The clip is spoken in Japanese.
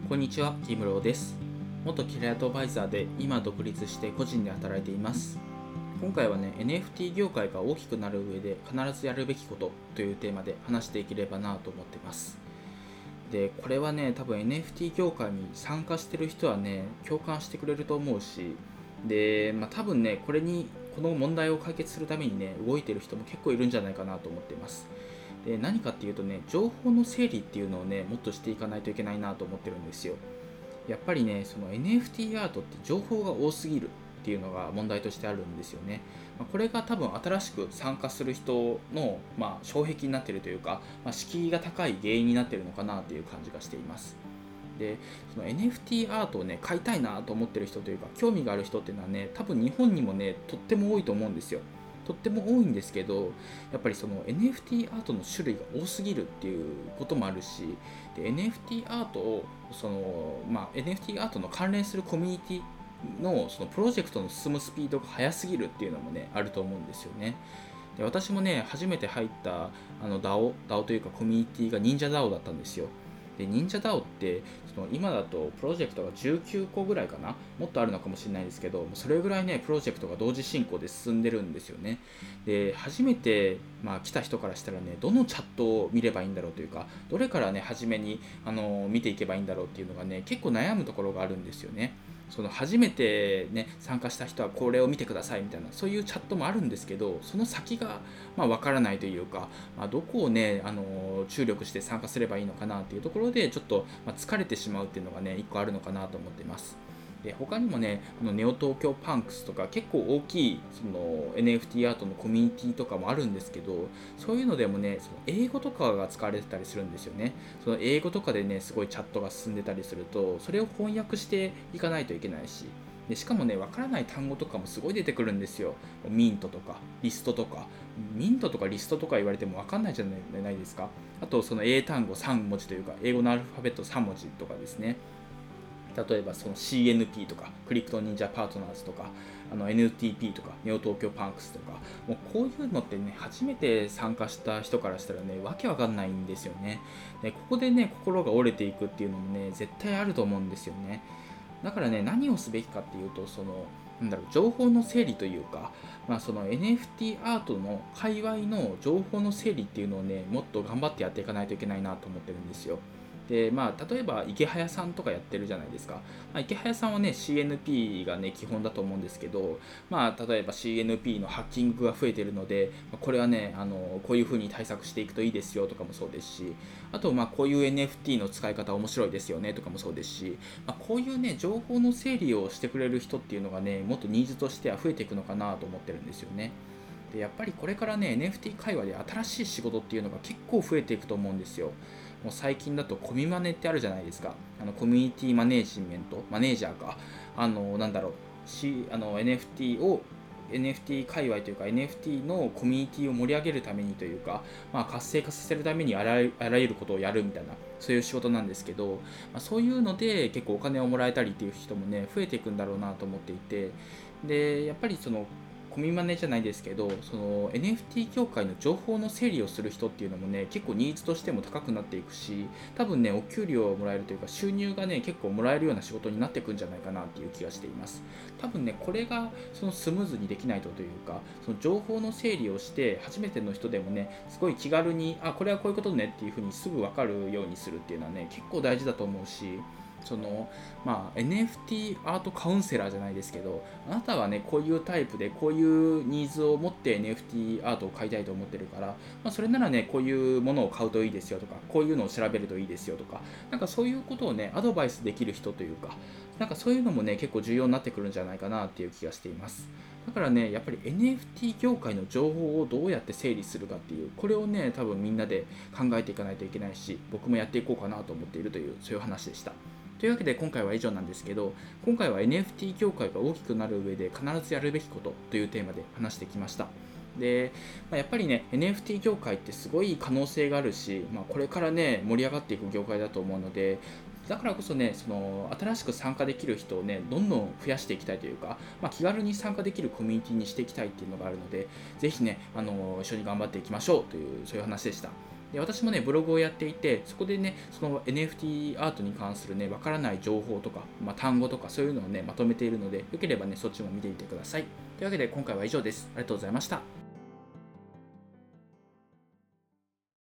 こんにちは、キムローです。元キャリアアドバイザーで今独立して個人で働いています。今回はね、NFT 業界が大きくなる上で必ずやるべきことというテーマで話していければなと思っています。で、これはね、多分 NFT 業界に参加してる人はね、共感してくれると思うし、で、多分ね、この問題を解決するためにね、動いてる人も結構いるんじゃないかなと思っています。で、何かっていうとね、情報の整理っていうのをね、もっとしていかないといけないなと思ってるんですよ。やっぱりね、その NFT アートって情報が多すぎるっていうのが問題としてあるんですよね。これが多分新しく参加する人の、障壁になっているというか、敷居が高い原因になっているのかなという感じがしています。で、その NFT アートをね、買いたいなと思ってる人というか、興味がある人っていうのはね、多分日本にもね、とっても多いと思うんですよ。とっても多いんですけど、やっぱりその NFT アートの種類が多すぎるっていうこともあるし、で NFT アートをNFT アートの関連するコミュニティのそのプロジェクトの進むスピードが速すぎるっていうのもねあると思うんですよね。で、私もね初めて入ったDAO というかコミュニティが忍者 DAO だったんですよ。で、忍者 DAO ってその今だとプロジェクトが19個ぐらいかな、もっとあるのかもしれないですけど、それぐらいねプロジェクトが同時進行で進んでるんですよね。で、初めて、来た人からしたらね、どのチャットを見ればいいんだろうというか、どれからね初めに見ていけばいいんだろうっていうのがね結構悩むところがあるんですよね。その初めてね参加した人はこれを見てくださいみたいな、そういうチャットもあるんですけど、その先がわからないというか、どこをね注力して参加すればいいのかなっていうところでちょっと、疲れてしまうっていうのがね一個あるのかなと思っています。で、他にもね、ネオ東京パンクスとか結構大きいその NFT アートのコミュニティとかもあるんですけど、そういうのでもね、その英語とかが使われてたりするんですよね。その英語とかでね、すごいチャットが進んでたりすると、それを翻訳していかないといけないし、でしかもね、わからない単語とかもすごい出てくるんですよ。ミントとかリストとか。ミントとかリストとか言われてもわかんないじゃないですか。あと、その英単語3文字というか、英語のアルファベット3文字とかですね。例えばその CNP とかクリプト忍者パートナーズとかNTP とかネオ東京パンクスとか、もうこういうのってね初めて参加した人からしたらねわけわかんないんですよね。で、ここでね心が折れていくっていうのもね絶対あると思うんですよね。だからね、何をすべきかっていうと、その情報の整理というか、その NFT アートの界隈の情報の整理っていうのをねもっと頑張ってやっていかないといけないなと思ってるんですよ。で、例えば池早さんとかやってるじゃないですか。池早さんはね CNP がね基本だと思うんですけど、例えば CNP のハッキングが増えているので、これはねこういう風に対策していくといいですよとかもそうですし、あとこういう NFT の使い方面白いですよねとかもそうですし、こういうね情報の整理をしてくれる人っていうのがねもっとニーズとしては増えていくのかなと思ってるんですよね。で、やっぱりこれからね NFT 界隈で新しい仕事っていうのが結構増えていくと思うんですよ。もう最近だとコミマネってあるじゃないですか。コミュニティマネージメントマネージャーか、なんだろうNFT を NFT 界隈というか NFT のコミュニティを盛り上げるためにというか、活性化させるためにあらゆることをやるみたいな、そういう仕事なんですけど、そういうので結構お金をもらえたりっていう人もね増えていくんだろうなと思っていて、でやっぱりそのコミマネじゃないですけど、その NFT 業界の情報の整理をする人っていうのもね結構ニーズとしても高くなっていくし、多分ねお給料をもらえるというか収入がね結構もらえるような仕事になっていくんじゃないかなっていう気がしています。多分ねこれがそのスムーズにできないというか、その情報の整理をして初めての人でもねすごい気軽にこれはこういうことねっていう風にすぐ分かるようにするっていうのはね結構大事だと思うし、そのNFT アートカウンセラーじゃないですけど、あなたはねこういうタイプでこういうニーズを持って NFT アートを買いたいと思ってるから、それならねこういうものを買うといいですよとか、こういうのを調べるといいですよとか、なんかそういうことをねアドバイスできる人というか、なんかそういうのもね結構重要になってくるんじゃないかなっていう気がしています。だからねやっぱり NFT 業界の情報をどうやって整理するかっていう、これをね多分みんなで考えていかないといけないし、僕もやっていこうかなと思っているという、そういう話でした。というわけで今回は以上なんですけど、今回は NFT 業界が大きくなる上で必ずやるべきことというテーマで話してきました。で、やっぱりね NFT 業界ってすごい可能性があるし、これからね盛り上がっていく業界だと思うので、だからこそねその新しく参加できる人をねどんどん増やしていきたいというか、気軽に参加できるコミュニティにしていきたいっていうのがあるので、ぜひね一緒に頑張っていきましょうという、そういう話でした。 で私もねブログをやっていて、そこでねその NFT アートに関するねわからない情報とか、単語とかそういうのをねまとめているので、よければねそっちも見てみてください。というわけで今回は以上です。ありがとうございました。